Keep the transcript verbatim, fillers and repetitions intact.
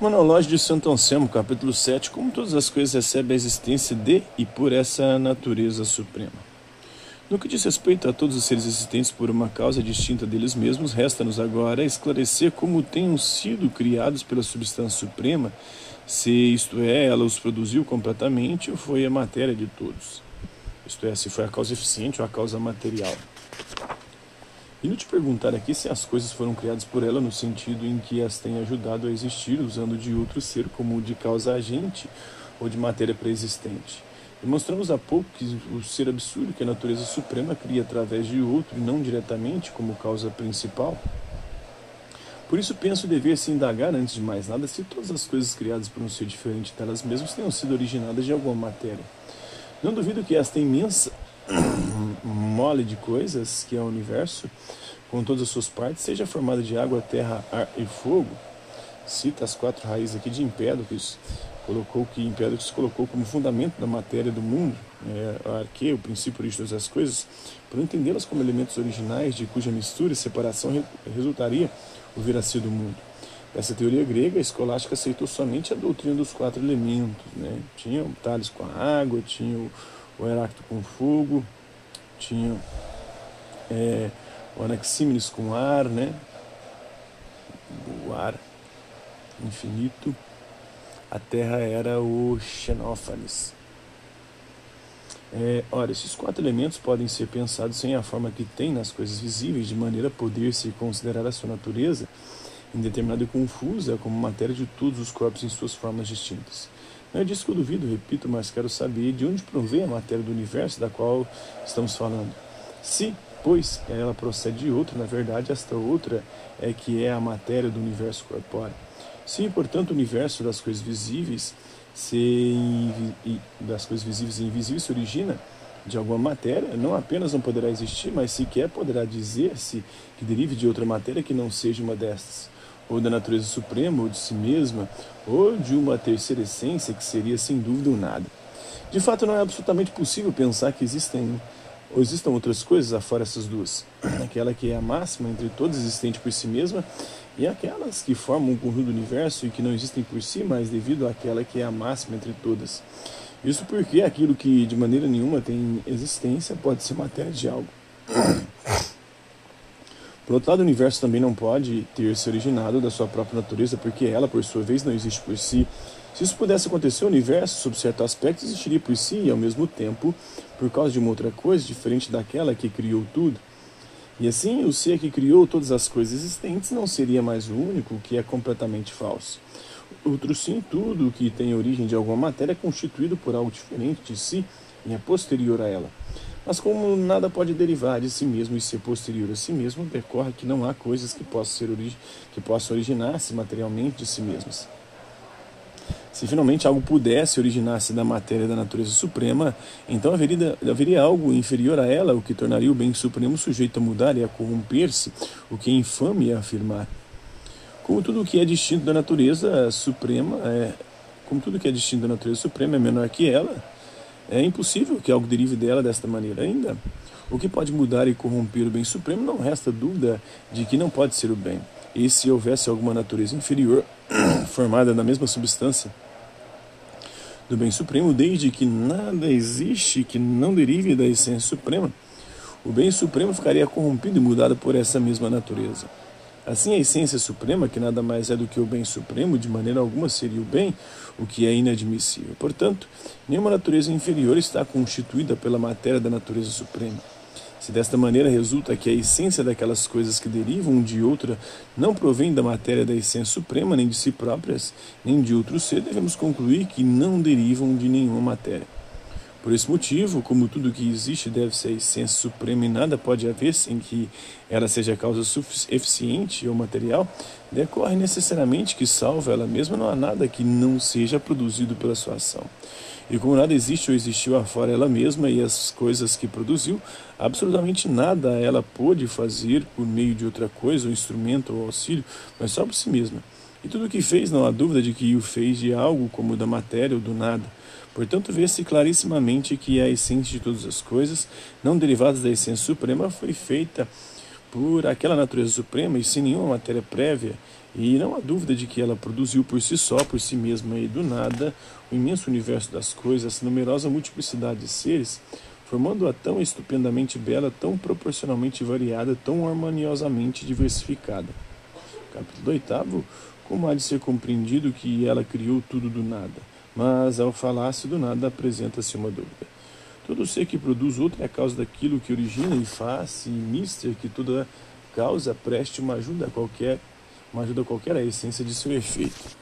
Monológio de Santo Anselmo, capítulo sete. Como todas as coisas recebem a existência de e por essa natureza suprema. No que diz respeito a todos os seres existentes por uma causa distinta deles mesmos, resta-nos agora esclarecer como tenham sido criados pela substância suprema, se isto é, ela os produziu completamente ou foi a matéria de todos. Isto é, se foi a causa eficiente ou a causa material. Inútil perguntar aqui se as coisas foram criadas por ela no sentido em que as tem ajudado a existir, usando de outro ser como de causa agente ou de matéria pré-existente. Demonstramos há pouco que o ser absurdo que a natureza suprema cria através de outro e não diretamente como causa principal. Por isso penso dever-se indagar, antes de mais nada, se todas as coisas criadas por um ser diferente delas mesmas tenham sido originadas de alguma matéria. Não duvido que esta imensa mole de coisas que é o universo, com todas as suas partes, seja formada de água, terra, ar e fogo. Cita as quatro raízes aqui de Empédocles, colocou que Empédocles colocou como fundamento da matéria do mundo, é, a arquê, o princípio origem de todas as coisas, por entendê-las como elementos originais de cuja mistura e separação re, resultaria o vir a ser do mundo. Essa teoria grega, a escolástica aceitou somente a doutrina dos quatro elementos, né? Tinha o Tales com a água, tinha o, o Heráclito com o fogo, tinha é, o Anaxímenes com o ar, né? O ar infinito. A terra era o Xenófanes. É, ora, esses quatro elementos podem ser pensados sem a forma que tem nas coisas visíveis, de maneira a poder-se considerar a sua natureza indeterminada e confusa como matéria de todos os corpos em suas formas distintas. Não é disso que eu duvido, repito, mas quero saber de onde provém a matéria do universo da qual estamos falando. Se, pois, ela procede de outra, na verdade, esta outra é que é a matéria do universo corpóreo. Se, portanto, o universo das coisas visíveis, se das coisas visíveis e invisíveis se origina de alguma matéria, não apenas não poderá existir, mas sequer poderá dizer-se que derive de outra matéria que não seja uma destas, ou da natureza suprema, ou de si mesma, ou de uma terceira essência que seria sem dúvida o nada. De fato, não é absolutamente possível pensar que existem ou existam outras coisas afora essas duas, aquela que é a máxima entre todas existente por si mesma e aquelas que formam um conjunto do universo e que não existem por si, mas devido àquela que é a máxima entre todas. Isso porque aquilo que de maneira nenhuma tem existência pode ser matéria de algo. Por outro lado, o universo também não pode ter se originado da sua própria natureza, porque ela, por sua vez, não existe por si. Se isso pudesse acontecer, o universo, sob certo aspecto, existiria por si e, ao mesmo tempo, por causa de uma outra coisa diferente daquela que criou tudo. E assim, o ser que criou todas as coisas existentes não seria mais o único, que é completamente falso. Outro sim, tudo que tem origem de alguma matéria é constituído por algo diferente de si e é posterior a ela. Mas como nada pode derivar de si mesmo e ser posterior a si mesmo, decorre que não há coisas que possam, ser origi- que possam originar-se materialmente de si mesmas. Se finalmente algo pudesse originar-se da matéria da natureza suprema, então haveria, haveria algo inferior a ela, o que tornaria o bem supremo sujeito a mudar e a corromper-se, o que é infame a afirmar. Como tudo o que é distinto da natureza suprema é, como tudo que é distinto da natureza suprema é menor que ela, é impossível que algo derive dela desta maneira ainda. O que pode mudar e corromper o bem supremo não resta dúvida de que não pode ser o bem. E se houvesse alguma natureza inferior, formada da mesma substância do bem supremo, desde que nada existe que não derive da essência suprema, o bem supremo ficaria corrompido e mudado por essa mesma natureza. Assim, a essência suprema, que nada mais é do que o bem supremo, de maneira alguma seria o bem, o que é inadmissível. Portanto, nenhuma natureza inferior está constituída pela matéria da natureza suprema. Se desta maneira resulta que a essência daquelas coisas que derivam de outra não provém da matéria da essência suprema, nem de si próprias, nem de outro ser, devemos concluir que não derivam de nenhuma matéria. Por esse motivo, como tudo que existe deve ser a essência suprema e nada pode haver sem que ela seja causa eficiente ou material, decorre necessariamente que, salvo ela mesma, não há nada que não seja produzido pela sua ação. E como nada existe ou existiu afora ela mesma e as coisas que produziu, absolutamente nada ela pôde fazer por meio de outra coisa, ou instrumento ou auxílio, mas só por si mesma. E tudo o que fez, não há dúvida de que o fez de algo como da matéria ou do nada. Portanto, vê-se clarissimamente que a essência de todas as coisas, não derivadas da essência suprema, foi feita por aquela natureza suprema e sem nenhuma matéria prévia, e não há dúvida de que ela produziu por si só, por si mesma e do nada, o imenso universo das coisas, essa numerosa multiplicidade de seres, formando-a tão estupendamente bela, tão proporcionalmente variada, tão harmoniosamente diversificada. Capítulo oitavo. Como há de ser compreendido que ela criou tudo do nada? Mas, ao falar-se do nada, apresenta-se uma dúvida. Todo ser que produz outra é a causa daquilo que origina e faz, e mister que toda causa preste uma ajuda qualquer, uma ajuda qualquer à essência de seu efeito.